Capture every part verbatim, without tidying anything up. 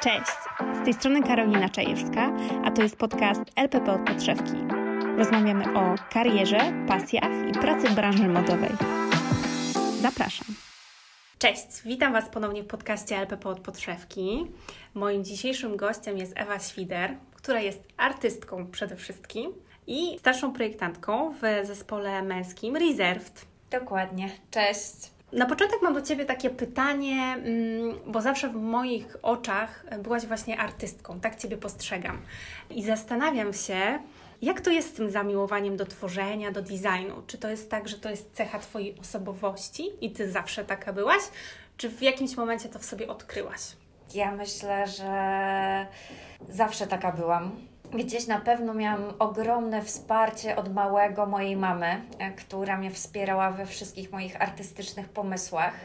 Cześć, z tej strony Karolina Czajewska, a to jest podcast L P P od podszewki. Rozmawiamy o karierze, pasjach i pracy w branży modowej. Zapraszam. Cześć, witam Was ponownie w podcaście L P P od podszewki. Moim dzisiejszym gościem jest Ewa Świder, która jest artystką przede wszystkim i starszą projektantką w zespole męskim Reserved. Dokładnie, cześć. Na początek mam do Ciebie takie pytanie, bo zawsze w moich oczach byłaś właśnie artystką, tak Ciebie postrzegam. I zastanawiam się, jak to jest z tym zamiłowaniem do tworzenia, do designu? Czy to jest tak, że to jest cecha Twojej osobowości i Ty zawsze taka byłaś? Czy w jakimś momencie to w sobie odkryłaś? Ja myślę, że zawsze taka byłam. Gdzieś na pewno miałam ogromne wsparcie od małego mojej mamy, która mnie wspierała we wszystkich moich artystycznych pomysłach.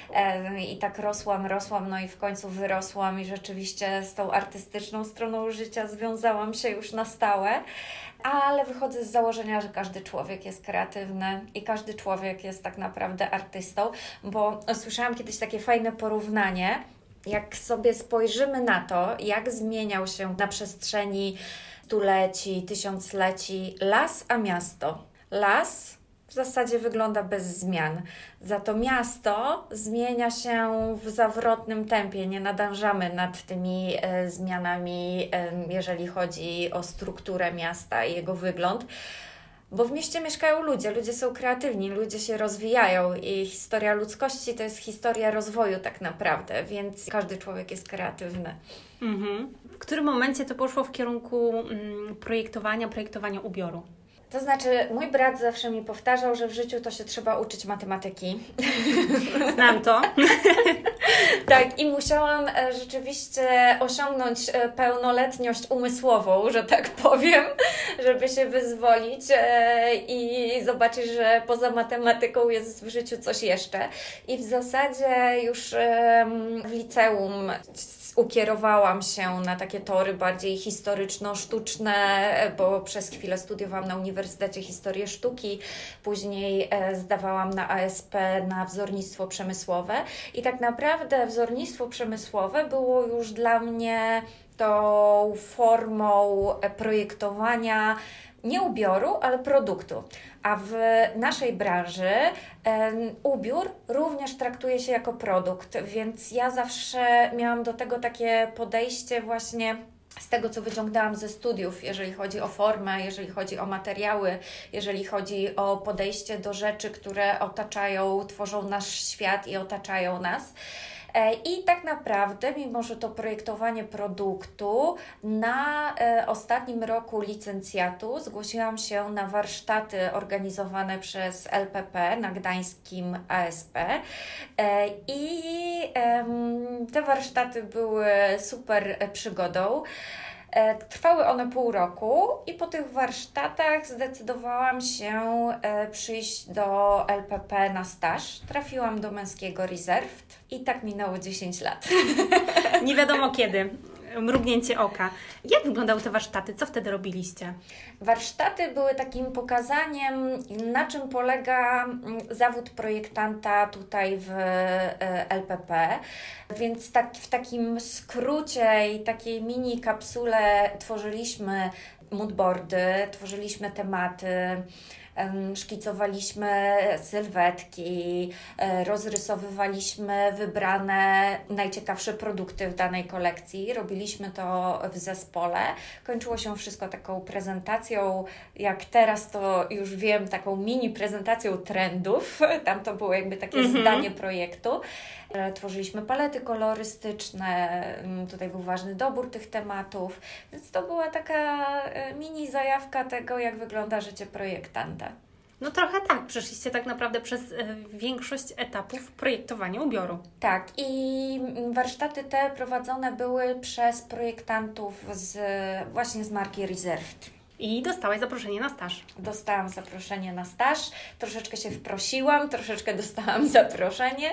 I tak rosłam, rosłam, no i w końcu wyrosłam i rzeczywiście z tą artystyczną stroną życia związałam się już na stałe. Ale wychodzę z założenia, że każdy człowiek jest kreatywny i każdy człowiek jest tak naprawdę artystą, bo słyszałam kiedyś takie fajne porównanie. Jak sobie spojrzymy na to, jak zmieniał się na przestrzeni stuleci, tysiącleci las a miasto. Las w zasadzie wygląda bez zmian. Za to miasto zmienia się w zawrotnym tempie. Nie nadążamy nad tymi e, zmianami, e, jeżeli chodzi o strukturę miasta i jego wygląd. Bo w mieście mieszkają ludzie, ludzie są kreatywni, ludzie się rozwijają i historia ludzkości to jest historia rozwoju tak naprawdę, więc każdy człowiek jest kreatywny. Mhm. W którym momencie to poszło w kierunku mm, projektowania, projektowania ubioru? To znaczy, mój brat zawsze mi powtarzał, że w życiu to się trzeba uczyć matematyki. Znam to. Tak, i musiałam rzeczywiście osiągnąć pełnoletność umysłową, że tak powiem, żeby się wyzwolić i zobaczyć, że poza matematyką jest w życiu coś jeszcze. I w zasadzie już w liceum ukierowałam się na takie tory bardziej historyczno-sztuczne, bo przez chwilę studiowałam na Uniwersytecie Historię Sztuki, później zdawałam na A S P na wzornictwo przemysłowe i tak naprawdę wzornictwo przemysłowe było już dla mnie tą formą projektowania nie ubioru, ale produktu. A w naszej branży e, ubiór również traktuje się jako produkt, więc ja zawsze miałam do tego takie podejście właśnie z tego, co wyciągnęłam ze studiów, jeżeli chodzi o formę, jeżeli chodzi o materiały, jeżeli chodzi o podejście do rzeczy, które otaczają, tworzą nasz świat i otaczają nas. I tak naprawdę, mimo że to projektowanie produktu, na e, ostatnim roku licencjatu zgłosiłam się na warsztaty organizowane przez L P P na gdańskim A S P e, i e, te warsztaty były super przygodą. Trwały one pół roku i po tych warsztatach zdecydowałam się przyjść do L P P na staż. Trafiłam do męskiego Reserved i tak minęło dziesięć lat. Nie wiadomo kiedy. Mrugnięcie oka. Jak wyglądały te warsztaty? Co wtedy robiliście? Warsztaty były takim pokazaniem, na czym polega zawód projektanta tutaj w L P P. Więc tak, w takim skrócie i takiej mini kapsule tworzyliśmy moodboardy, tworzyliśmy tematy, szkicowaliśmy sylwetki, rozrysowywaliśmy wybrane najciekawsze produkty w danej kolekcji. Robiliśmy to w zespole. Kończyło się wszystko taką prezentacją, jak teraz to już wiem, taką mini prezentacją trendów. Tam to było jakby takie mm-hmm. zdanie projektu. Tworzyliśmy palety kolorystyczne, tutaj był ważny dobór tych tematów, więc to była taka mini zajawka tego, jak wygląda życie projektanta. No trochę tak, przeszliście tak naprawdę przez większość etapów projektowania ubioru. Tak, i warsztaty te prowadzone były przez projektantów z, właśnie z marki Reserved. I dostałaś zaproszenie na staż. Dostałam zaproszenie na staż, troszeczkę się wprosiłam, troszeczkę dostałam zaproszenie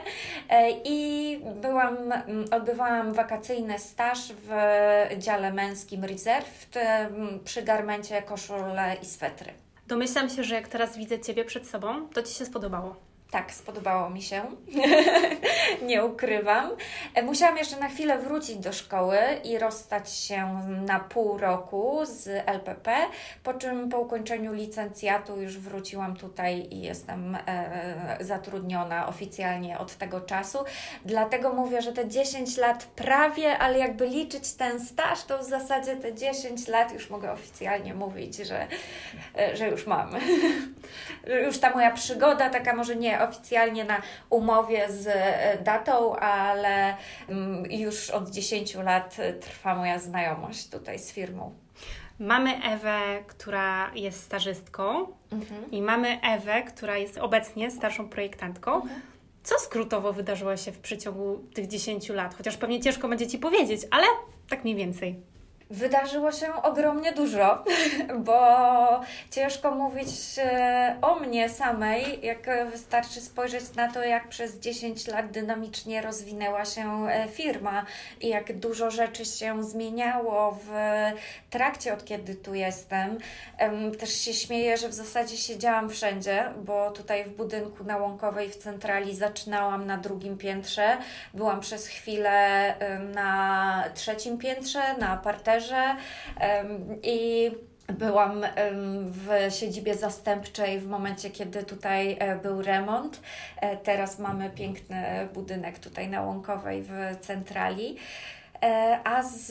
i byłam, odbywałam wakacyjny staż w dziale męskim Reserved przy garmencie, koszule i swetry. Domyślam się, że jak teraz widzę Ciebie przed sobą, to Ci się spodobało. Tak, spodobało mi się. Nie ukrywam. Musiałam jeszcze na chwilę wrócić do szkoły i rozstać się na pół roku z L P P, po czym po ukończeniu licencjatu już wróciłam tutaj i jestem e, zatrudniona oficjalnie od tego czasu. Dlatego mówię, że te dziesięć lat prawie, ale jakby liczyć ten staż, to w zasadzie te dziesięć lat już mogę oficjalnie mówić, że, że już mam. Już ta moja przygoda, taka może nie oficjalnie na umowie z datą, ale już od dziesięciu lat trwa moja znajomość tutaj z firmą. Mamy Ewę, która jest stażystką mhm. i mamy Ewę, która jest obecnie starszą projektantką. Mhm. Co skrótowo wydarzyło się w przeciągu tych dziesięciu lat? Chociaż pewnie ciężko będzie Ci powiedzieć, ale tak mniej więcej. Wydarzyło się ogromnie dużo, bo ciężko mówić o mnie samej, jak wystarczy spojrzeć na to, jak przez dziesięć lat dynamicznie rozwinęła się firma i jak dużo rzeczy się zmieniało w trakcie, od kiedy tu jestem. Też się śmieję, że w zasadzie siedziałam wszędzie, bo tutaj w budynku na Łąkowej w centrali zaczynałam na drugim piętrze, byłam przez chwilę na trzecim piętrze, na parterze, i byłam w siedzibie zastępczej w momencie, kiedy tutaj był remont. Teraz mamy piękny budynek tutaj na Łąkowej w centrali. A z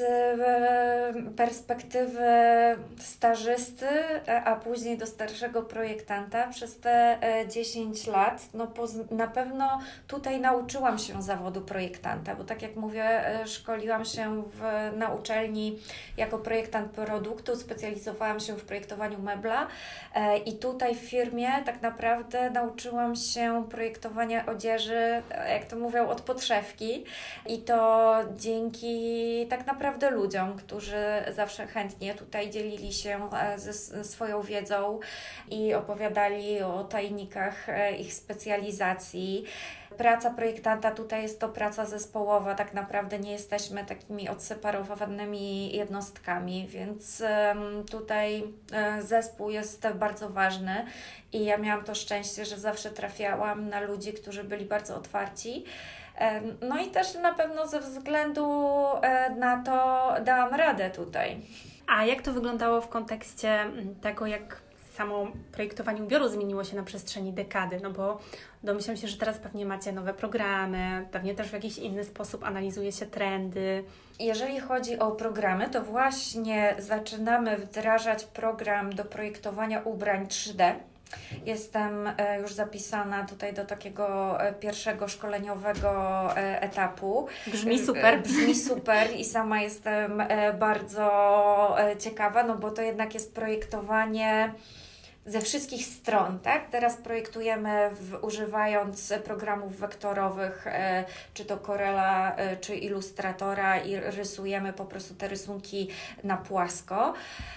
perspektywy stażysty, a później do starszego projektanta przez te dziesięć lat, no na pewno tutaj nauczyłam się zawodu projektanta, bo tak jak mówię, szkoliłam się w, na uczelni jako projektant produktu, specjalizowałam się w projektowaniu mebla i tutaj w firmie tak naprawdę nauczyłam się projektowania odzieży, jak to mówią, od podszewki i to dzięki i tak naprawdę ludziom, którzy zawsze chętnie tutaj dzielili się ze swoją wiedzą i opowiadali o tajnikach ich specjalizacji. Praca projektanta tutaj jest to praca zespołowa, tak naprawdę nie jesteśmy takimi odseparowanymi jednostkami, więc tutaj zespół jest bardzo ważny i ja miałam to szczęście, że zawsze trafiałam na ludzi, którzy byli bardzo otwarci. No i też na pewno ze względu na to dałam radę tutaj. A jak to wyglądało w kontekście tego, jak samo projektowanie ubioru zmieniło się na przestrzeni dekady? No bo domyślam się, że teraz pewnie macie nowe programy, pewnie też w jakiś inny sposób analizuje się trendy. Jeżeli chodzi o programy, to właśnie zaczynamy wdrażać program do projektowania ubrań trzy D. Jestem już zapisana tutaj do takiego pierwszego szkoleniowego etapu. Brzmi super. Brzmi super i sama jestem bardzo ciekawa, no bo to jednak jest projektowanie ze wszystkich stron, tak? Teraz projektujemy w, używając programów wektorowych, czy to Corela, czy Illustratora i rysujemy po prostu te rysunki na płasko.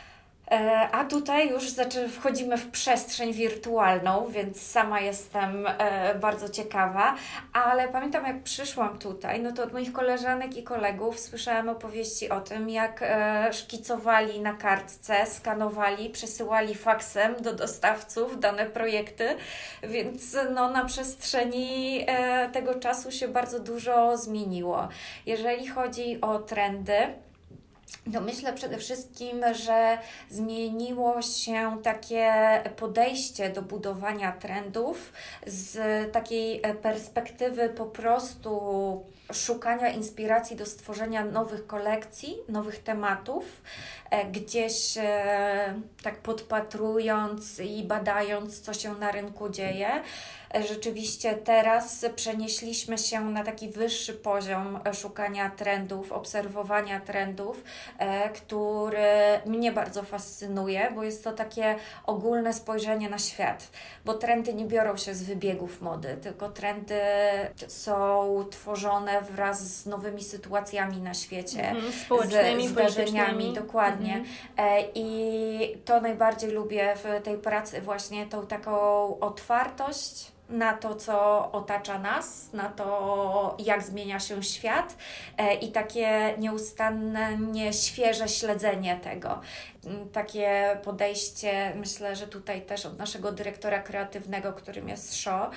A tutaj już wchodzimy w przestrzeń wirtualną, więc sama jestem bardzo ciekawa, ale pamiętam, jak przyszłam tutaj, no to od moich koleżanek i kolegów słyszałam opowieści o tym, jak szkicowali na kartce, skanowali, przesyłali faksem do dostawców dane projekty, więc no, na przestrzeni tego czasu się bardzo dużo zmieniło. Jeżeli chodzi o trendy, no myślę przede wszystkim, że zmieniło się takie podejście do budowania trendów z takiej perspektywy po prostu szukania inspiracji do stworzenia nowych kolekcji, nowych tematów, gdzieś tak podpatrując i badając, co się na rynku dzieje. Rzeczywiście teraz przenieśliśmy się na taki wyższy poziom szukania trendów, obserwowania trendów, który mnie bardzo fascynuje, bo jest to takie ogólne spojrzenie na świat, bo trendy nie biorą się z wybiegów mody, tylko trendy są tworzone wraz z nowymi sytuacjami na świecie, mhm, społecznymi, z zdarzeniami, dokładnie. Mhm. I to najbardziej lubię w tej pracy, właśnie tą taką otwartość na to, co otacza nas, na to, jak zmienia się świat i takie nieustannie świeże śledzenie tego. Takie podejście, myślę, że tutaj też od naszego dyrektora kreatywnego, którym jest Sho,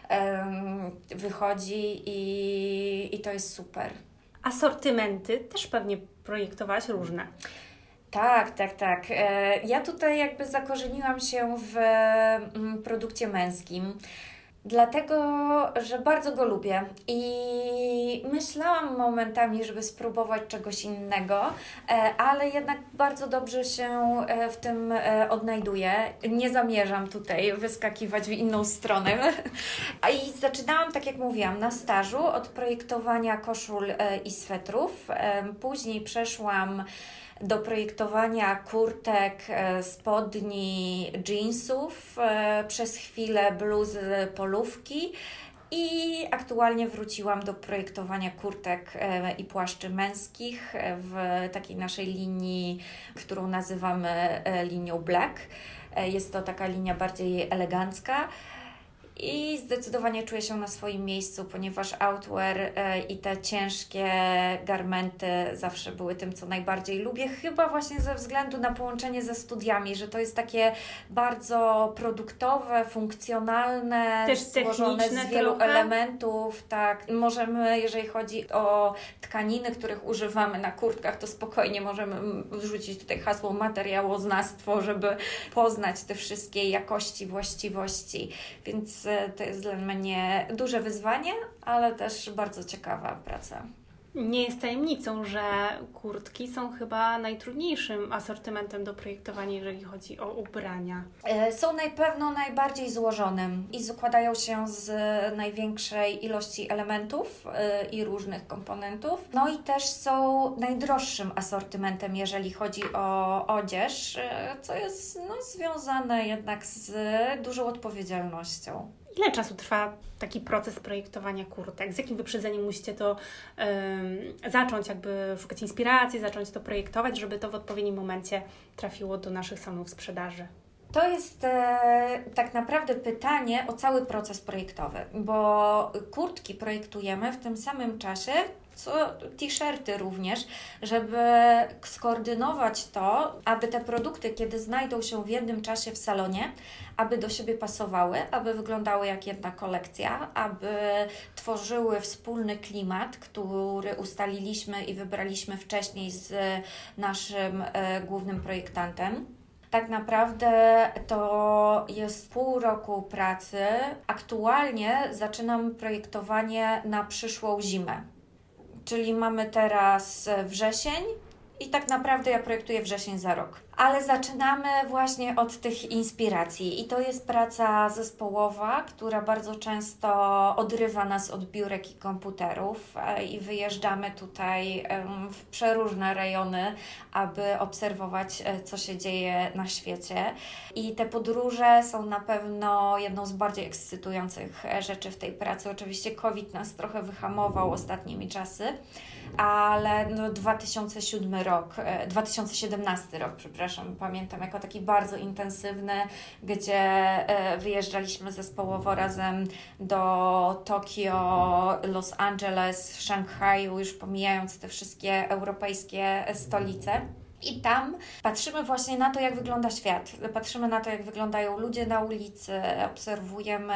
wychodzi i, i to jest super. Asortymenty też pewnie projektowałaś różne. Tak, tak, tak. Ja tutaj jakby zakorzeniłam się w produkcie męskim, dlatego, że bardzo go lubię i myślałam momentami, żeby spróbować czegoś innego, ale jednak bardzo dobrze się w tym odnajduję. Nie zamierzam tutaj wyskakiwać w inną stronę. I zaczynałam, tak jak mówiłam, na stażu od projektowania koszul i swetrów. Później przeszłam do projektowania kurtek, spodni, jeansów, przez chwilę bluzy, polówki i aktualnie wróciłam do projektowania kurtek i płaszczy męskich w takiej naszej linii, którą nazywamy linią Black. Jest to taka linia bardziej elegancka. I zdecydowanie czuję się na swoim miejscu, ponieważ outwear i te ciężkie garmenty zawsze były tym, co najbardziej lubię. Chyba właśnie ze względu na połączenie ze studiami, że to jest takie bardzo produktowe, funkcjonalne, też złożone z wielu trochę elementów. Tak, możemy, jeżeli chodzi o tkaniny, których używamy na kurtkach, to spokojnie możemy wrzucić tutaj hasło materiałoznawstwo, żeby poznać te wszystkie jakości, właściwości. Więc to jest dla mnie duże wyzwanie, ale też bardzo ciekawa praca. Nie jest tajemnicą, że kurtki są chyba najtrudniejszym asortymentem do projektowania, jeżeli chodzi o ubrania. Są na pewno najbardziej złożonym i składają się z największej ilości elementów i różnych komponentów. No i też są najdroższym asortymentem, jeżeli chodzi o odzież, co jest no, związane jednak z dużą odpowiedzialnością. Ile czasu trwa taki proces projektowania kurtek? Z jakim wyprzedzeniem musicie to um, zacząć jakby szukać inspiracji, zacząć to projektować, żeby to w odpowiednim momencie trafiło do naszych salonów sprzedaży? To jest e, tak naprawdę pytanie o cały proces projektowy, bo kurtki projektujemy w tym samym czasie, co t-shirty również, żeby skoordynować to, aby te produkty, kiedy znajdą się w jednym czasie w salonie, aby do siebie pasowały, aby wyglądały jak jedna kolekcja, aby tworzyły wspólny klimat, który ustaliliśmy i wybraliśmy wcześniej z naszym e, głównym projektantem. Tak naprawdę to jest pół roku pracy. Aktualnie zaczynam projektowanie na przyszłą zimę. Czyli mamy teraz wrzesień i tak naprawdę ja projektuję wrzesień za rok. Ale zaczynamy właśnie od tych inspiracji i to jest praca zespołowa, która bardzo często odrywa nas od biurek i komputerów i wyjeżdżamy tutaj w przeróżne rejony, aby obserwować, co się dzieje na świecie. I te podróże są na pewno jedną z bardziej ekscytujących rzeczy w tej pracy. Oczywiście COVID nas trochę wyhamował ostatnimi czasy, ale no dwa tysiące siódmy rok, dwa tysiące siedemnasty rok, przepraszam, pamiętam jako taki bardzo intensywny, gdzie wyjeżdżaliśmy zespołowo razem do Tokio, Los Angeles, Szanghaju, już pomijając te wszystkie europejskie stolice. I tam patrzymy właśnie na to, jak wygląda świat. Patrzymy na to, jak wyglądają ludzie na ulicy, obserwujemy,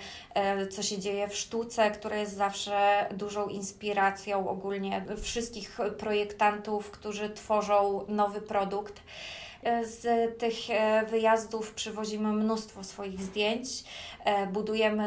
co się dzieje w sztuce, która jest zawsze dużą inspiracją ogólnie wszystkich projektantów, którzy tworzą nowy produkt. Z tych wyjazdów przywozimy mnóstwo swoich zdjęć, budujemy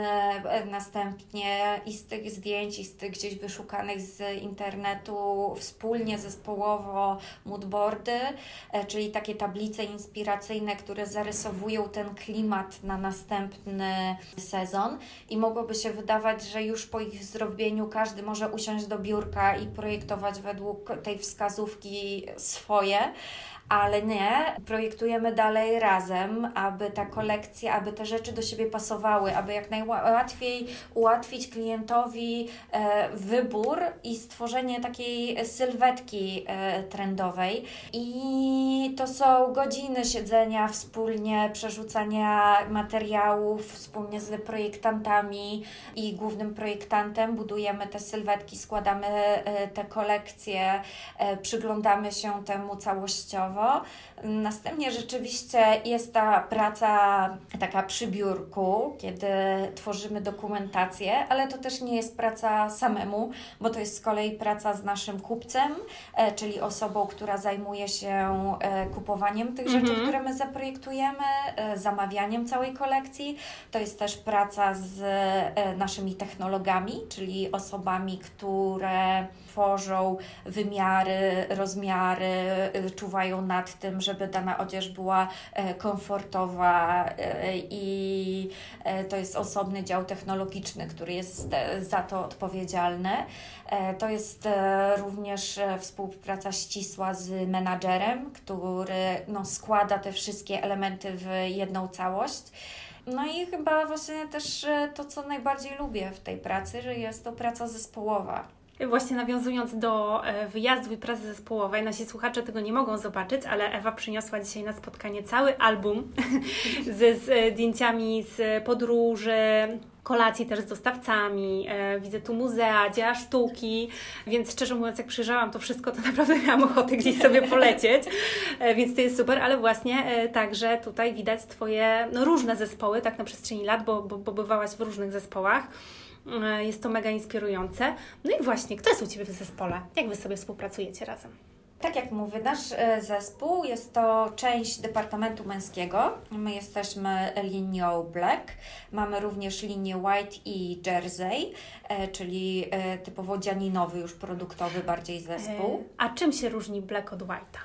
następnie i z tych zdjęć, i z tych gdzieś wyszukanych z internetu wspólnie, zespołowo moodboardy, czyli takie tablice inspiracyjne, które zarysowują ten klimat na następny sezon i mogłoby się wydawać, że już po ich zrobieniu każdy może usiąść do biurka i projektować według tej wskazówki swoje, ale nie, projektujemy dalej razem, aby ta kolekcja, aby te rzeczy do siebie pasowały, aby jak najłatwiej ułatwić klientowi e, wybór i stworzenie takiej sylwetki e, trendowej. I to są godziny siedzenia wspólnie, przerzucania materiałów wspólnie z projektantami i głównym projektantem. Budujemy te sylwetki, składamy e, te kolekcje, e, przyglądamy się temu całościowo. Następnie rzeczywiście jest ta praca taka przy biurku, kiedy tworzymy dokumentację, ale to też nie jest praca samemu, bo to jest z kolei praca z naszym kupcem, e, czyli osobą, która zajmuje się e, kupowaniem tych rzeczy, mhm. które my zaprojektujemy, e, zamawianiem całej kolekcji. To jest też praca z e, naszymi technologami, czyli osobami, które tworzą wymiary, rozmiary, e, czuwają nad tym, żeby dana odzież była e, komfortowa e, i e, to jest osobny dział technologiczny, który jest e, za to odpowiedzialny. E, to jest e, również e, współpraca ścisła z menadżerem, który no, składa te wszystkie elementy w jedną całość. No i chyba właśnie też e, to, co najbardziej lubię w tej pracy, że jest to praca zespołowa. Właśnie nawiązując do wyjazdów i pracy zespołowej, nasi słuchacze tego nie mogą zobaczyć, ale Ewa przyniosła dzisiaj na spotkanie cały album ze zdjęciami z podróży, kolacji też z dostawcami, widzę tu muzea, dzieła sztuki, więc szczerze mówiąc, jak przyjrzałam to wszystko, to naprawdę miałam ochotę gdzieś sobie polecieć, więc to jest super, ale właśnie także tutaj widać Twoje no, różne zespoły, tak na przestrzeni lat, bo, bo, bo bywałaś w różnych zespołach. Jest to mega inspirujące. No i właśnie, kto jest u Ciebie w zespole? Jak Wy sobie współpracujecie razem? Tak jak mówię, nasz zespół jest to część Departamentu Męskiego. My jesteśmy linią Black. Mamy również linię White i Jersey, czyli typowo dzianinowy, już produktowy bardziej zespół. A czym się różni Black od White'a?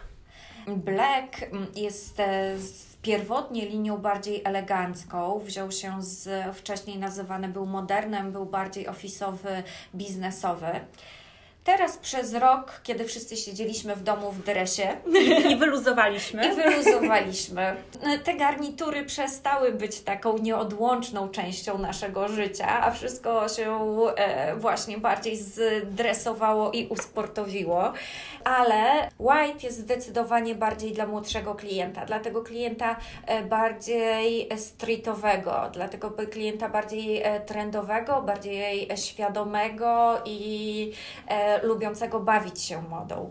Black jest z pierwotnie linią bardziej elegancką, wziął się z, wcześniej nazywany był modernem, był bardziej ofisowy, biznesowy. Teraz przez rok, kiedy wszyscy siedzieliśmy w domu w dresie i wyluzowaliśmy. I wyluzowaliśmy. Te garnitury przestały być taką nieodłączną częścią naszego życia, a wszystko się e, właśnie bardziej zdresowało i usportowiło. Ale White jest zdecydowanie bardziej dla młodszego klienta, dla tego klienta e, bardziej streetowego, dla tego klienta bardziej e, trendowego, bardziej e, świadomego i e, lubiącego bawić się modą.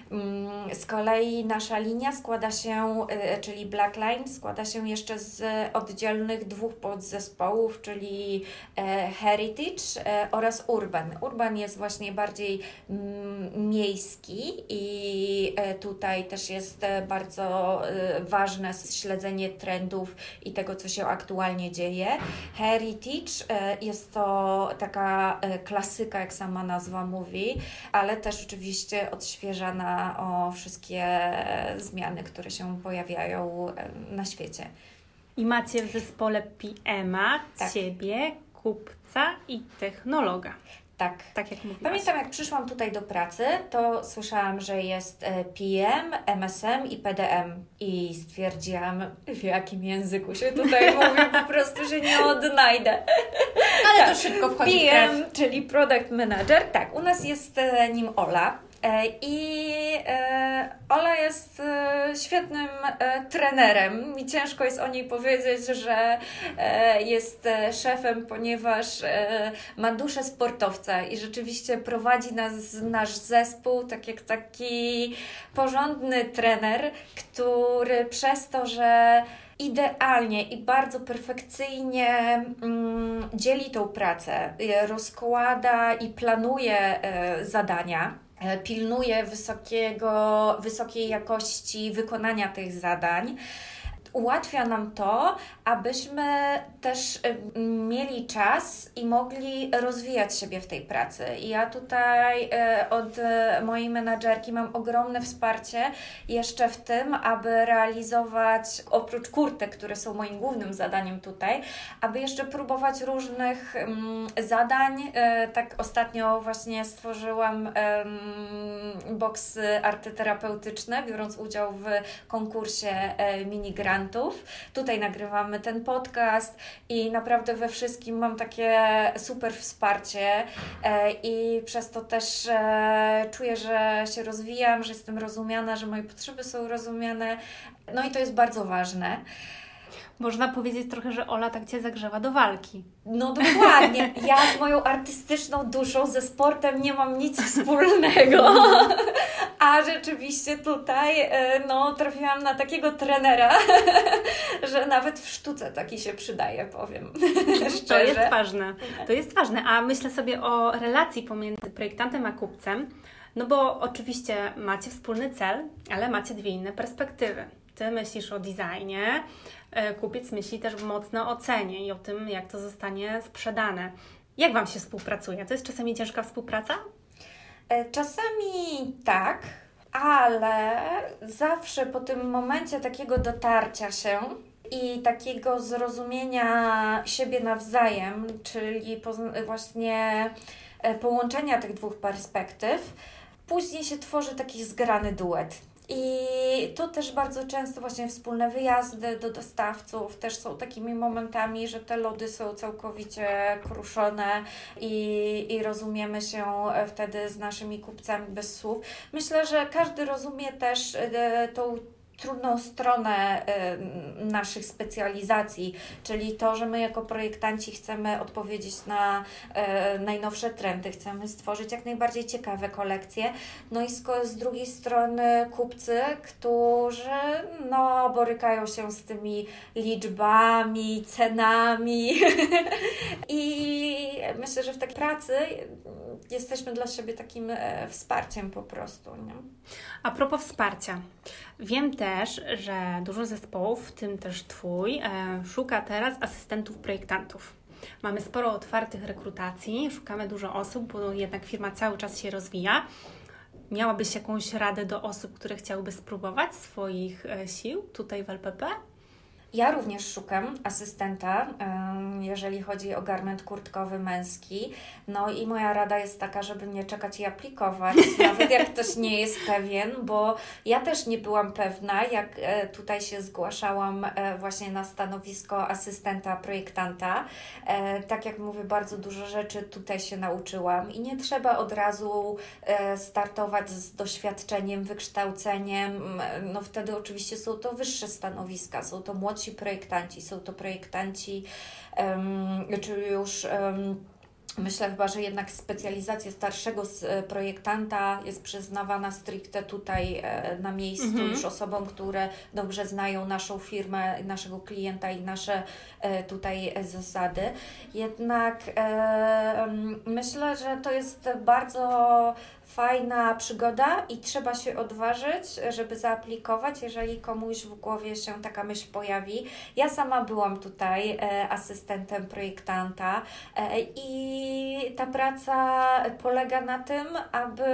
Z kolei nasza linia składa się, czyli Black Line, składa się jeszcze z oddzielnych dwóch podzespołów, czyli Heritage oraz Urban. Urban jest właśnie bardziej miejski i tutaj też jest bardzo ważne śledzenie trendów i tego, co się aktualnie dzieje. Heritage jest to taka klasyka, jak sama nazwa mówi, ale też oczywiście odświeżana o wszystkie zmiany, które się pojawiają na świecie. I macie w zespole P M a, tak. Ciebie, kupca i technologa. Tak. Tak jak mówiłaś. Pamiętam, jak przyszłam tutaj do pracy, to słyszałam, że jest P M, M S M i P D M. I stwierdziłam, w jakim języku się tutaj mówi, po prostu, że nie odnajdę. Ale tak. To szybko wchodzi P M, czyli Product Manager. Tak, u nas jest nim Ola. I e, Ola jest e, świetnym e, trenerem. Mi ciężko jest o niej powiedzieć, że e, jest e, szefem, ponieważ e, ma duszę sportowca i rzeczywiście prowadzi nas, nasz zespół tak jak taki porządny trener, który przez to, że idealnie i bardzo perfekcyjnie mm, dzieli tą pracę, rozkłada i planuje e, zadania, pilnuje wysokiego, wysokiej jakości wykonania tych zadań. ułatwia nam to, abyśmy też mieli czas i mogli rozwijać siebie w tej pracy. I ja tutaj od mojej menadżerki mam ogromne wsparcie jeszcze w tym, aby realizować, oprócz kurtek, które są moim głównym zadaniem tutaj, aby jeszcze próbować różnych um, zadań. E, tak ostatnio właśnie stworzyłam um, boksy artyterapeutyczne, biorąc udział w konkursie e, mini grantów. Tutaj nagrywamy ten podcast i naprawdę we wszystkim mam takie super wsparcie e, i przez to też e, czuję, że się rozwijam, że jestem rozumiana, że moje potrzeby są rozumiane. No i to jest bardzo ważne. Można powiedzieć trochę, że Ola tak Cię zagrzała do walki. No dokładnie. Ja z moją artystyczną duszą, ze sportem nie mam nic wspólnego. A rzeczywiście tutaj no, trafiłam na takiego trenera, że nawet w sztuce taki się przydaje, powiem szczerze. To jest ważne. To jest ważne. A myślę sobie o relacji pomiędzy projektantem a kupcem, no bo oczywiście macie wspólny cel, ale macie dwie inne perspektywy. Ty myślisz o designie, kupiec myśli też mocno o cenie i o tym, jak to zostanie sprzedane. Jak Wam się współpracuje? To jest czasami ciężka współpraca? Czasami tak, ale zawsze po tym momencie takiego dotarcia się i takiego zrozumienia siebie nawzajem, czyli właśnie połączenia tych dwóch perspektyw, później się tworzy taki zgrany duet. I to też bardzo często właśnie wspólne wyjazdy do dostawców też są takimi momentami, że te lody są całkowicie kruszone i, i rozumiemy się wtedy z naszymi kupcami bez słów. Myślę, że każdy rozumie też e, tą trudną stronę y, naszych specjalizacji, czyli to, że my jako projektanci chcemy odpowiedzieć na y, najnowsze trendy, chcemy stworzyć jak najbardziej ciekawe kolekcje, no i z, z drugiej strony kupcy, którzy no, borykają się z tymi liczbami, cenami i myślę, że w takiej pracy jesteśmy dla siebie takim e, wsparciem po prostu. Nie? A propos wsparcia. Wiem też, że dużo zespołów, w tym też Twój, e, szuka teraz asystentów projektantów. Mamy sporo otwartych rekrutacji, szukamy dużo osób, bo jednak firma cały czas się rozwija. Miałabyś jakąś radę do osób, które chciałyby spróbować swoich e, sił tutaj w L P P? Ja również szukam asystenta, jeżeli chodzi o garment kurtkowy męski. No i moja rada jest taka, żeby nie czekać i aplikować, nawet jak ktoś nie jest pewien, bo ja też nie byłam pewna, jak tutaj się zgłaszałam właśnie na stanowisko asystenta projektanta. Tak jak mówię, bardzo dużo rzeczy tutaj się nauczyłam i nie trzeba od razu startować z doświadczeniem, wykształceniem. No wtedy oczywiście są to wyższe stanowiska, są to młodsi projektanci, są to projektanci, um, czy już um, myślę chyba, że jednak specjalizacja starszego projektanta jest przyznawana stricte tutaj e, na miejscu mm-hmm. już osobom, które dobrze znają naszą firmę, naszego klienta i nasze e, tutaj zasady. Jednak e, myślę, że to jest bardzo fajna przygoda i trzeba się odważyć, żeby zaaplikować, jeżeli komuś w głowie się taka myśl pojawi. Ja sama byłam tutaj e, asystentem projektanta e, i ta praca polega na tym, aby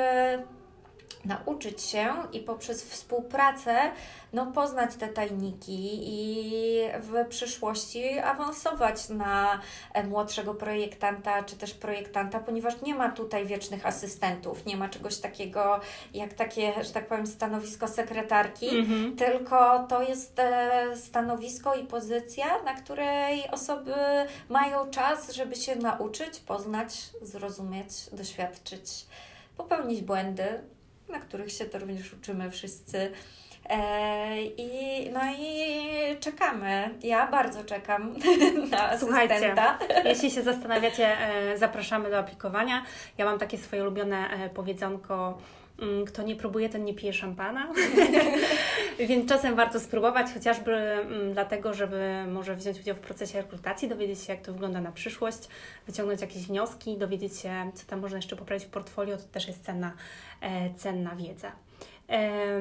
nauczyć się i poprzez współpracę no, poznać te tajniki i w przyszłości awansować na młodszego projektanta czy też projektanta, ponieważ nie ma tutaj wiecznych asystentów, nie ma czegoś takiego jak takie, że tak powiem, stanowisko sekretarki, mm-hmm. tylko to jest stanowisko i pozycja, na której osoby mają czas, żeby się nauczyć, poznać, zrozumieć, doświadczyć, popełnić błędy, na których się to również uczymy wszyscy. E, i, no i czekamy. Ja bardzo czekam na asystenta. Słuchajcie, jeśli się zastanawiacie, e, zapraszamy do aplikowania. Ja mam takie swoje ulubione e, powiedzonko: kto nie próbuje, ten nie pije szampana. Więc czasem warto spróbować, chociażby m, dlatego, żeby może wziąć udział w procesie rekrutacji, dowiedzieć się, jak to wygląda na przyszłość, wyciągnąć jakieś wnioski, dowiedzieć się, co tam można jeszcze poprawić w portfolio. To też jest cenna, e, cenna wiedza. E,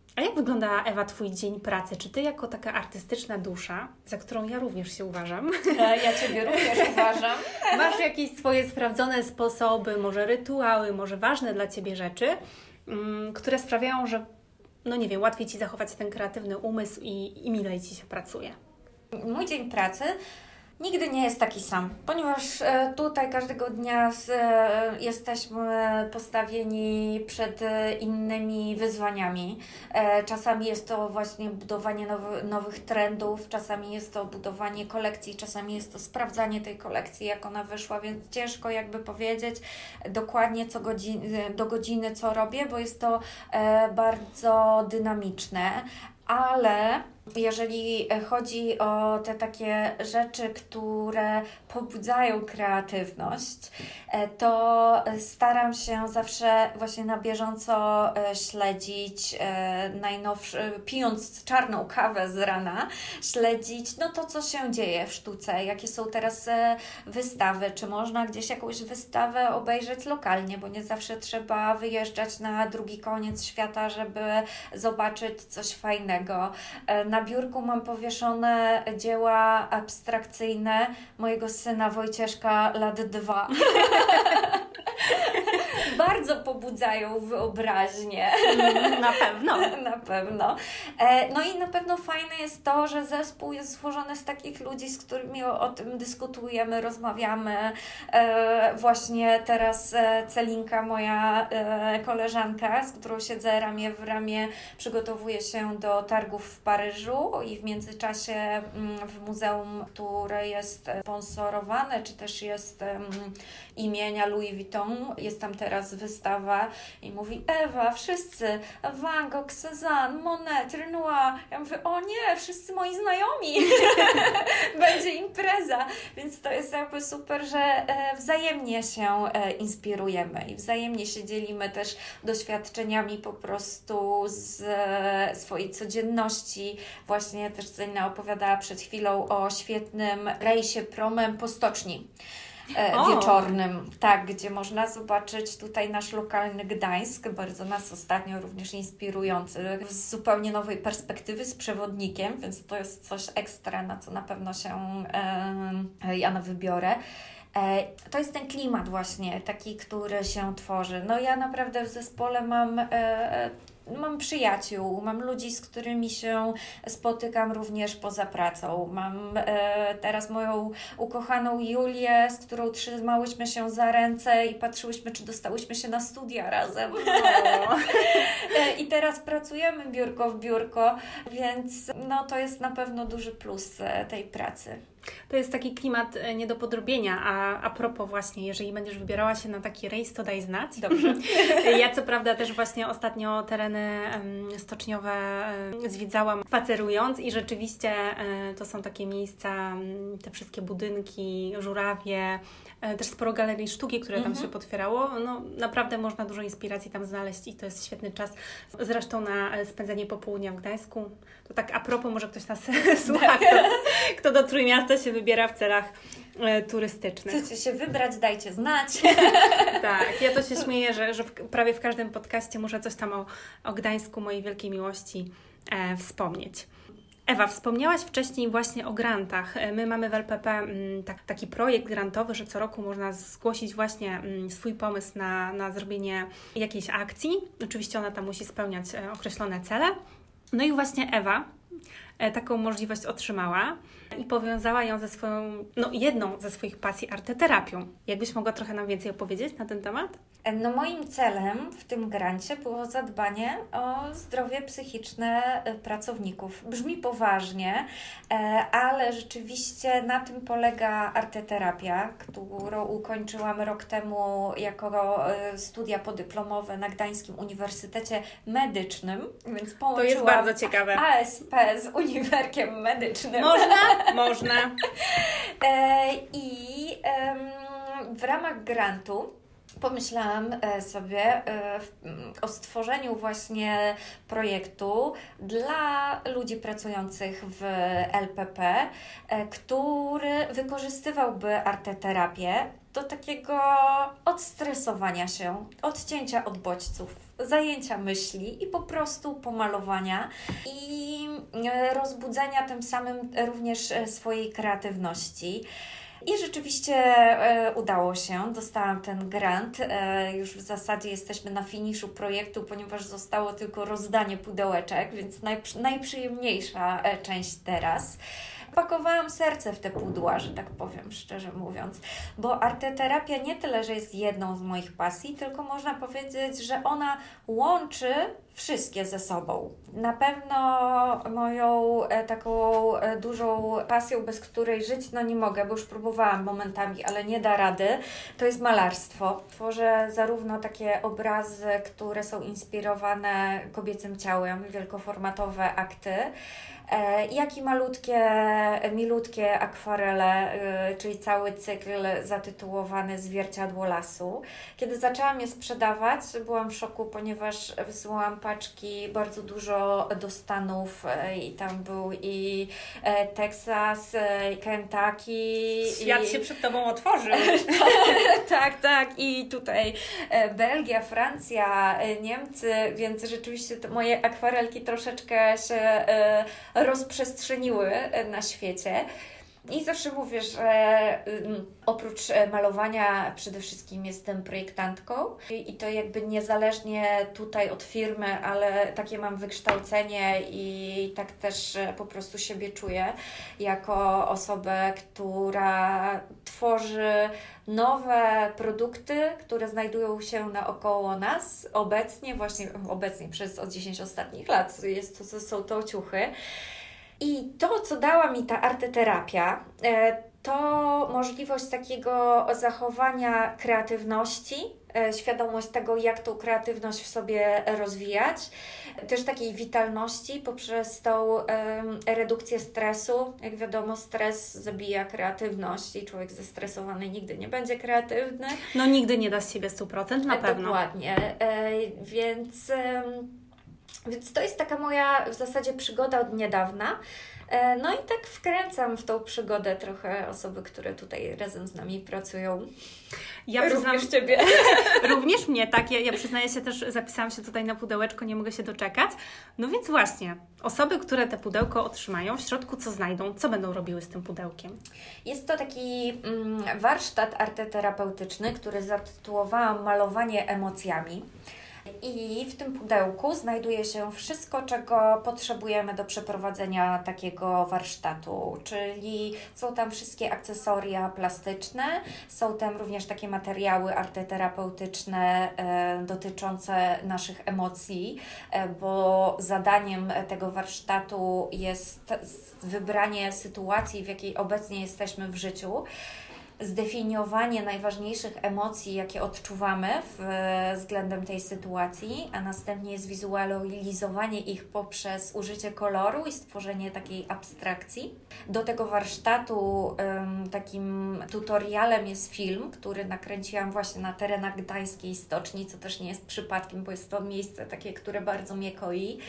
A jak wygląda, Ewa, Twój dzień pracy? Czy Ty jako taka artystyczna dusza, za którą ja również się uważam, ja Ciebie również uważam, masz jakieś swoje sprawdzone sposoby, może rytuały, może ważne dla Ciebie rzeczy, um, które sprawiają, że no nie wiem, łatwiej Ci zachować ten kreatywny umysł i, i milej Ci się pracuje? Mój dzień pracy nigdy nie jest taki sam, ponieważ tutaj każdego dnia jesteśmy postawieni przed innymi wyzwaniami. Czasami jest to właśnie budowanie nowy, nowych trendów, czasami jest to budowanie kolekcji, czasami jest to sprawdzanie tej kolekcji, jak ona wyszła, więc ciężko jakby powiedzieć dokładnie co godziny, do godziny co robię, bo jest to bardzo dynamiczne, ale jeżeli chodzi o te takie rzeczy, które pobudzają kreatywność, to staram się zawsze właśnie na bieżąco śledzić najnowsze, pijąc czarną kawę z rana, śledzić no to, co się dzieje w sztuce, jakie są teraz wystawy, czy można gdzieś jakąś wystawę obejrzeć lokalnie, bo nie zawsze trzeba wyjeżdżać na drugi koniec świata, żeby zobaczyć coś fajnego. Na biurku mam powieszone dzieła abstrakcyjne mojego syna Wojcieszka, lat dwa. Bardzo pobudzają wyobraźnię. Na pewno. Na pewno. No i na pewno fajne jest to, że zespół jest złożony z takich ludzi, z którymi o, o tym dyskutujemy, rozmawiamy. Właśnie teraz Celinka, moja koleżanka, z którą siedzę ramię w ramię, przygotowuje się do targów w Paryżu i w międzyczasie w muzeum, które jest sponsorowane, czy też jest imienia Louis Vuitton, jest tam teraz wystawa i mówi: Ewa, wszyscy, Van Gogh, Cézanne, Monet, Renoir. Ja mówię: o nie, wszyscy moi znajomi. Będzie impreza. Więc to jest jakby super, że wzajemnie się inspirujemy i wzajemnie się dzielimy też doświadczeniami po prostu z swojej codzienności. Właśnie też Zelina opowiadała przed chwilą o świetnym rejsie promem po stoczni wieczornym, tak, gdzie można zobaczyć tutaj nasz lokalny Gdańsk, bardzo nas ostatnio również inspirujący, z zupełnie nowej perspektywy, z przewodnikiem, więc to jest coś ekstra, na co na pewno się e, ja wybiorę. E, to jest ten klimat właśnie, taki, który się tworzy. No ja naprawdę w zespole mam e, Mam przyjaciół, mam ludzi, z którymi się spotykam również poza pracą. Mam e, teraz moją ukochaną Julię, z którą trzymałyśmy się za ręce i patrzyłyśmy, czy dostałyśmy się na studia razem. e, I teraz pracujemy biurko w biurko, więc no, to jest na pewno duży plus tej pracy. To jest taki klimat nie do podrobienia, a a propos właśnie, jeżeli będziesz wybierała się na taki rejs, to daj znać. Dobrze. Ja co prawda też właśnie ostatnio tereny um, stoczniowe um, zwiedzałam spacerując i rzeczywiście um, to są takie miejsca, um, te wszystkie budynki, żurawie, um, też sporo galerii sztuki, które tam mm-hmm. się potwierało. No naprawdę można dużo inspiracji tam znaleźć i to jest świetny czas. Zresztą na spędzenie popołudnia w Gdańsku. To tak a propos, może ktoś nas słucha, kto, kto do Trójmiasta się wybiera w celach e, turystycznych. Chcecie się wybrać, dajcie znać. Tak, ja to się śmieję, że, że w, prawie w każdym podcaście muszę coś tam o, o Gdańsku, mojej wielkiej miłości e, wspomnieć. Ewa, wspomniałaś wcześniej właśnie o grantach. My mamy w L P P m, tak, taki projekt grantowy, że co roku można zgłosić właśnie m, swój pomysł na, na zrobienie jakiejś akcji. Oczywiście ona tam musi spełniać e, określone cele. No i właśnie Ewa e, taką możliwość otrzymała i powiązała ją ze swoją, no jedną ze swoich pasji, arteterapią. Jakbyś mogła trochę nam więcej opowiedzieć na ten temat? No moim celem w tym grancie było zadbanie o zdrowie psychiczne pracowników. Brzmi poważnie, ale rzeczywiście na tym polega arteterapia, którą ukończyłam rok temu jako studia podyplomowe na Gdańskim Uniwersytecie Medycznym, więc połączyłam to jest bardzo ciekawe. A S P z Uniwerkiem Medycznym. Można? Można. I w ramach grantu pomyślałam sobie o stworzeniu właśnie projektu dla ludzi pracujących w L P P, który wykorzystywałby arteterapię do takiego odstresowania się, odcięcia od bodźców. zajęcia myśli i po prostu pomalowania i rozbudzenia tym samym również swojej kreatywności. I rzeczywiście e, udało się, dostałam ten grant, e, już w zasadzie jesteśmy na finiszu projektu, ponieważ zostało tylko rozdanie pudełeczek, więc najprzy, najprzyjemniejsza e, część teraz. Pakowałam serce w te pudła, że tak powiem, szczerze mówiąc, bo arteterapia nie tyle, że jest jedną z moich pasji, tylko można powiedzieć, że ona łączy wszystkie ze sobą. Na pewno moją e, taką e, dużą pasją, bez której żyć no nie mogę, bo już próbowałam momentami, ale nie da rady, to jest malarstwo. Tworzę zarówno takie obrazy, które są inspirowane kobiecym ciałem, wielkoformatowe akty, e, jak i malutkie, milutkie akwarele, e, czyli cały cykl zatytułowany Zwierciadło lasu. Kiedy zaczęłam je sprzedawać, byłam w szoku, ponieważ wysyłałam paczki bardzo dużo do Stanów i tam był i Teksas, i Kentucky. Świat i... się przed Tobą otworzył. tak, tak. I tutaj Belgia, Francja, Niemcy, więc rzeczywiście to moje akwarelki troszeczkę się rozprzestrzeniły na świecie. I zawsze mówię, że um, oprócz malowania przede wszystkim jestem projektantką i, i to jakby niezależnie tutaj od firmy, ale takie mam wykształcenie i tak też po prostu siebie czuję jako osobę, która tworzy nowe produkty, które znajdują się naokoło nas obecnie, właśnie obecnie przez od dziesięć ostatnich lat jest to, są to ciuchy. I to, co dała mi ta arteterapia, to możliwość takiego zachowania kreatywności, świadomość tego, jak tą kreatywność w sobie rozwijać, też takiej witalności poprzez tą um, redukcję stresu. Jak wiadomo, stres zabija kreatywność i człowiek zestresowany nigdy nie będzie kreatywny. No nigdy nie da z siebie stu procent, na pewno. Dokładnie, e, więc... Um, Więc to jest taka moja w zasadzie przygoda od niedawna. No i tak wkręcam w tą przygodę trochę osoby, które tutaj razem z nami pracują. Ja przyznam, również Ciebie. Również mnie, tak. Ja, ja przyznaję się też, zapisałam się tutaj na pudełeczko, nie mogę się doczekać. No więc właśnie, osoby, które te pudełko otrzymają, w środku co znajdą, co będą robiły z tym pudełkiem? Jest to taki mm, warsztat arteterapeutyczny, który zatytułowałam Malowanie emocjami. I w tym pudełku znajduje się wszystko, czego potrzebujemy do przeprowadzenia takiego warsztatu, czyli są tam wszystkie akcesoria plastyczne, są tam również takie materiały arteterapeutyczne e, dotyczące naszych emocji, e, bo zadaniem tego warsztatu jest wybranie sytuacji, w jakiej obecnie jesteśmy w życiu, zdefiniowanie najważniejszych emocji, jakie odczuwamy w, względem tej sytuacji, a następnie zwizualizowanie ich poprzez użycie koloru i stworzenie takiej abstrakcji. Do tego warsztatu um, takim tutorialem jest film, który nakręciłam właśnie na terenach Gdańskiej Stoczni, co też nie jest przypadkiem, bo jest to miejsce takie, które bardzo mnie koi.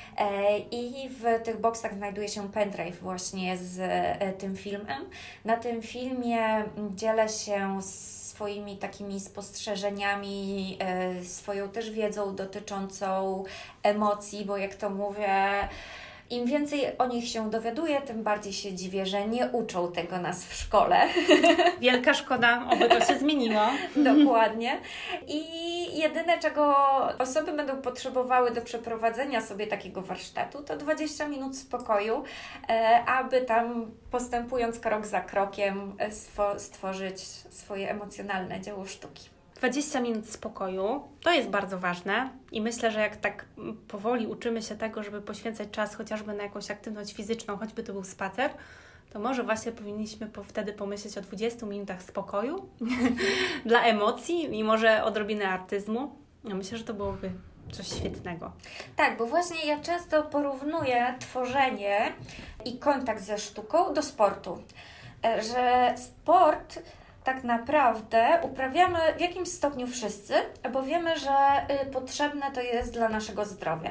I w tych boksach znajduje się pendrive właśnie z tym filmem. Na tym filmie dzielę się swoimi takimi spostrzeżeniami, swoją też wiedzą dotyczącą emocji, bo jak to mówię, im więcej o nich się dowiaduję, tym bardziej się dziwię, że nie uczą tego nas w szkole. Wielka szkoda, oby to się zmieniło. Dokładnie. I jedyne, czego osoby będą potrzebowały do przeprowadzenia sobie takiego warsztatu, to dwadzieścia minut spokoju, aby tam postępując krok za krokiem stworzyć swoje emocjonalne dzieło sztuki. dwadzieścia minut spokoju, to jest bardzo ważne i myślę, że jak tak powoli uczymy się tego, żeby poświęcać czas chociażby na jakąś aktywność fizyczną, choćby to był spacer, to może właśnie powinniśmy po, wtedy pomyśleć o dwudziestu minutach spokoju dla emocji i może odrobinę artyzmu. Ja myślę, że to byłoby coś świetnego. Tak, bo właśnie ja często porównuję tworzenie i kontakt ze sztuką do sportu, że sport tak naprawdę uprawiamy w jakimś stopniu wszyscy, bo wiemy, że potrzebne to jest dla naszego zdrowia. Dla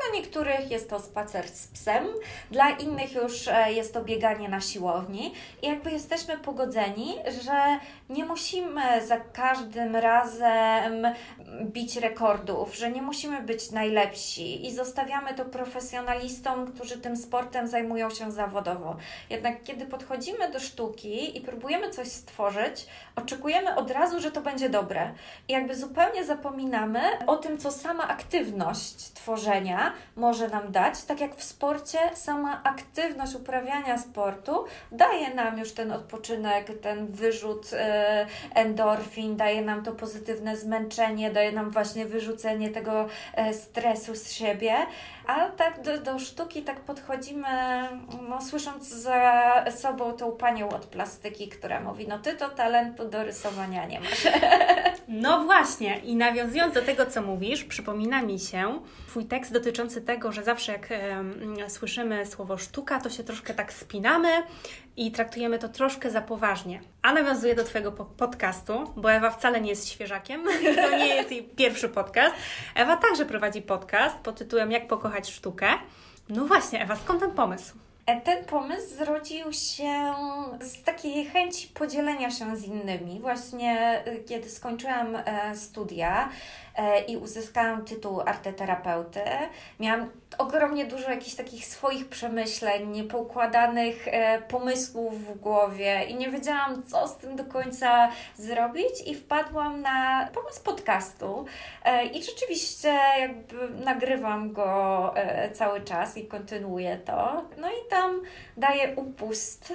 Dla niektórych jest to spacer z psem, dla innych już jest to bieganie na siłowni i jakby jesteśmy pogodzeni, że nie musimy za każdym razem bić rekordów, że nie musimy być najlepsi i zostawiamy to profesjonalistom, którzy tym sportem zajmują się zawodowo. Jednak kiedy podchodzimy do sztuki i próbujemy coś stworzyć, oczekujemy od razu, że to będzie dobre. I jakby zupełnie zapominamy o tym, co sama aktywność tworzenia może nam dać. Tak jak w sporcie, sama aktywność uprawiania sportu daje nam już ten odpoczynek, ten wyrzut e, endorfin, daje nam to pozytywne zmęczenie, daje nam właśnie wyrzucenie tego e, stresu z siebie. A tak do, do sztuki tak podchodzimy, no, słysząc za sobą tą panią od plastyki, która mówi, no ty to talentu do rysowania nie masz. No właśnie i nawiązując do tego, co mówisz, przypomina mi się Twój tekst dotyczący tego, że zawsze jak e, słyszymy słowo sztuka, to się troszkę tak spinamy i traktujemy to troszkę za poważnie. A nawiązuję do Twojego po- podcastu, bo Ewa wcale nie jest świeżakiem, to nie jest jej pierwszy podcast. Ewa także prowadzi podcast pod tytułem Jak pokochać sztukę. No właśnie, Ewa, skąd ten pomysł? Ten pomysł zrodził się z takiej chęci podzielenia się z innymi. Właśnie kiedy skończyłam studia i uzyskałam tytuł arteterapeuty, miałam ogromnie dużo jakichś takich swoich przemyśleń, poukładanych pomysłów w głowie i nie wiedziałam, co z tym do końca zrobić i wpadłam na pomysł podcastu i rzeczywiście jakby nagrywam go cały czas i kontynuuję to. No i tam daję upust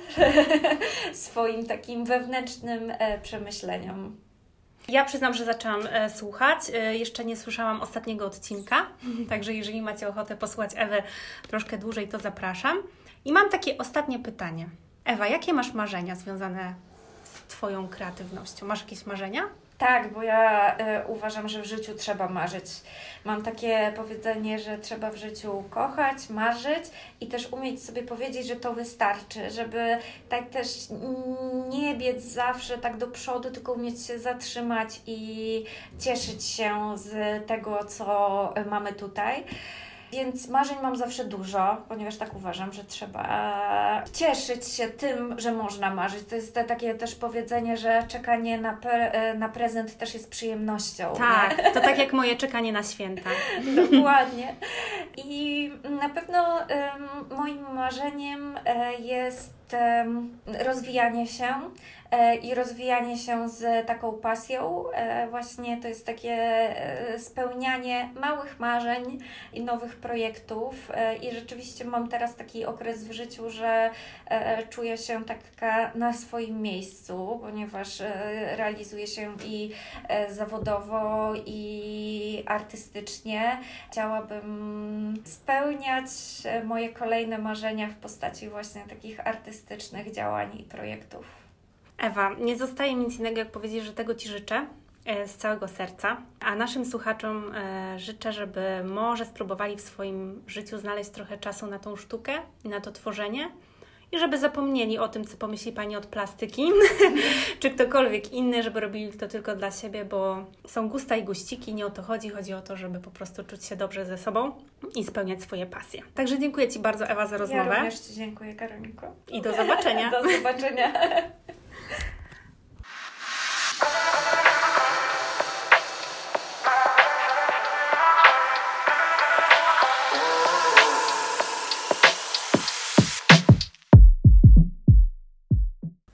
swoim takim wewnętrznym przemyśleniom. Ja przyznam, że zaczęłam e, słuchać. E, jeszcze nie słyszałam ostatniego odcinka, także jeżeli macie ochotę posłuchać Ewy troszkę dłużej, to zapraszam. I mam takie ostatnie pytanie. Ewa, jakie masz marzenia związane z Twoją kreatywnością? Masz jakieś marzenia? Tak, bo ja y, uważam, że w życiu trzeba marzyć. Mam takie powiedzenie, że trzeba w życiu kochać, marzyć i też umieć sobie powiedzieć, że to wystarczy, żeby tak też nie biec zawsze tak do przodu, tylko umieć się zatrzymać i cieszyć się z tego, co mamy tutaj. Więc marzeń mam zawsze dużo, ponieważ tak uważam, że trzeba cieszyć się tym, że można marzyć. To jest te, takie też powiedzenie, że czekanie na, pre, na prezent też jest przyjemnością. Tak, nie? To tak jak moje czekanie na święta. Dokładnie. I na pewno um, moim marzeniem jest um, rozwijanie się i rozwijanie się z taką pasją. Właśnie to jest takie spełnianie małych marzeń i nowych projektów i rzeczywiście mam teraz taki okres w życiu, że czuję się taka na swoim miejscu, ponieważ realizuję się i zawodowo, i artystycznie. Chciałabym spełniać moje kolejne marzenia w postaci właśnie takich artystycznych działań i projektów. Ewa, nie zostaje nic innego, jak powiedzieć, że tego Ci życzę z całego serca, a naszym słuchaczom życzę, żeby może spróbowali w swoim życiu znaleźć trochę czasu na tą sztukę i na to tworzenie i żeby zapomnieli o tym, co pomyśli Pani od plastyki, czy ktokolwiek inny, żeby robili to tylko dla siebie, bo są gusta i guściki, nie o to chodzi, chodzi o to, żeby po prostu czuć się dobrze ze sobą i spełniać swoje pasje. Także dziękuję Ci bardzo, Ewa, za rozmowę. Ja również Ci dziękuję, Karolinko. I do zobaczenia. Do zobaczenia.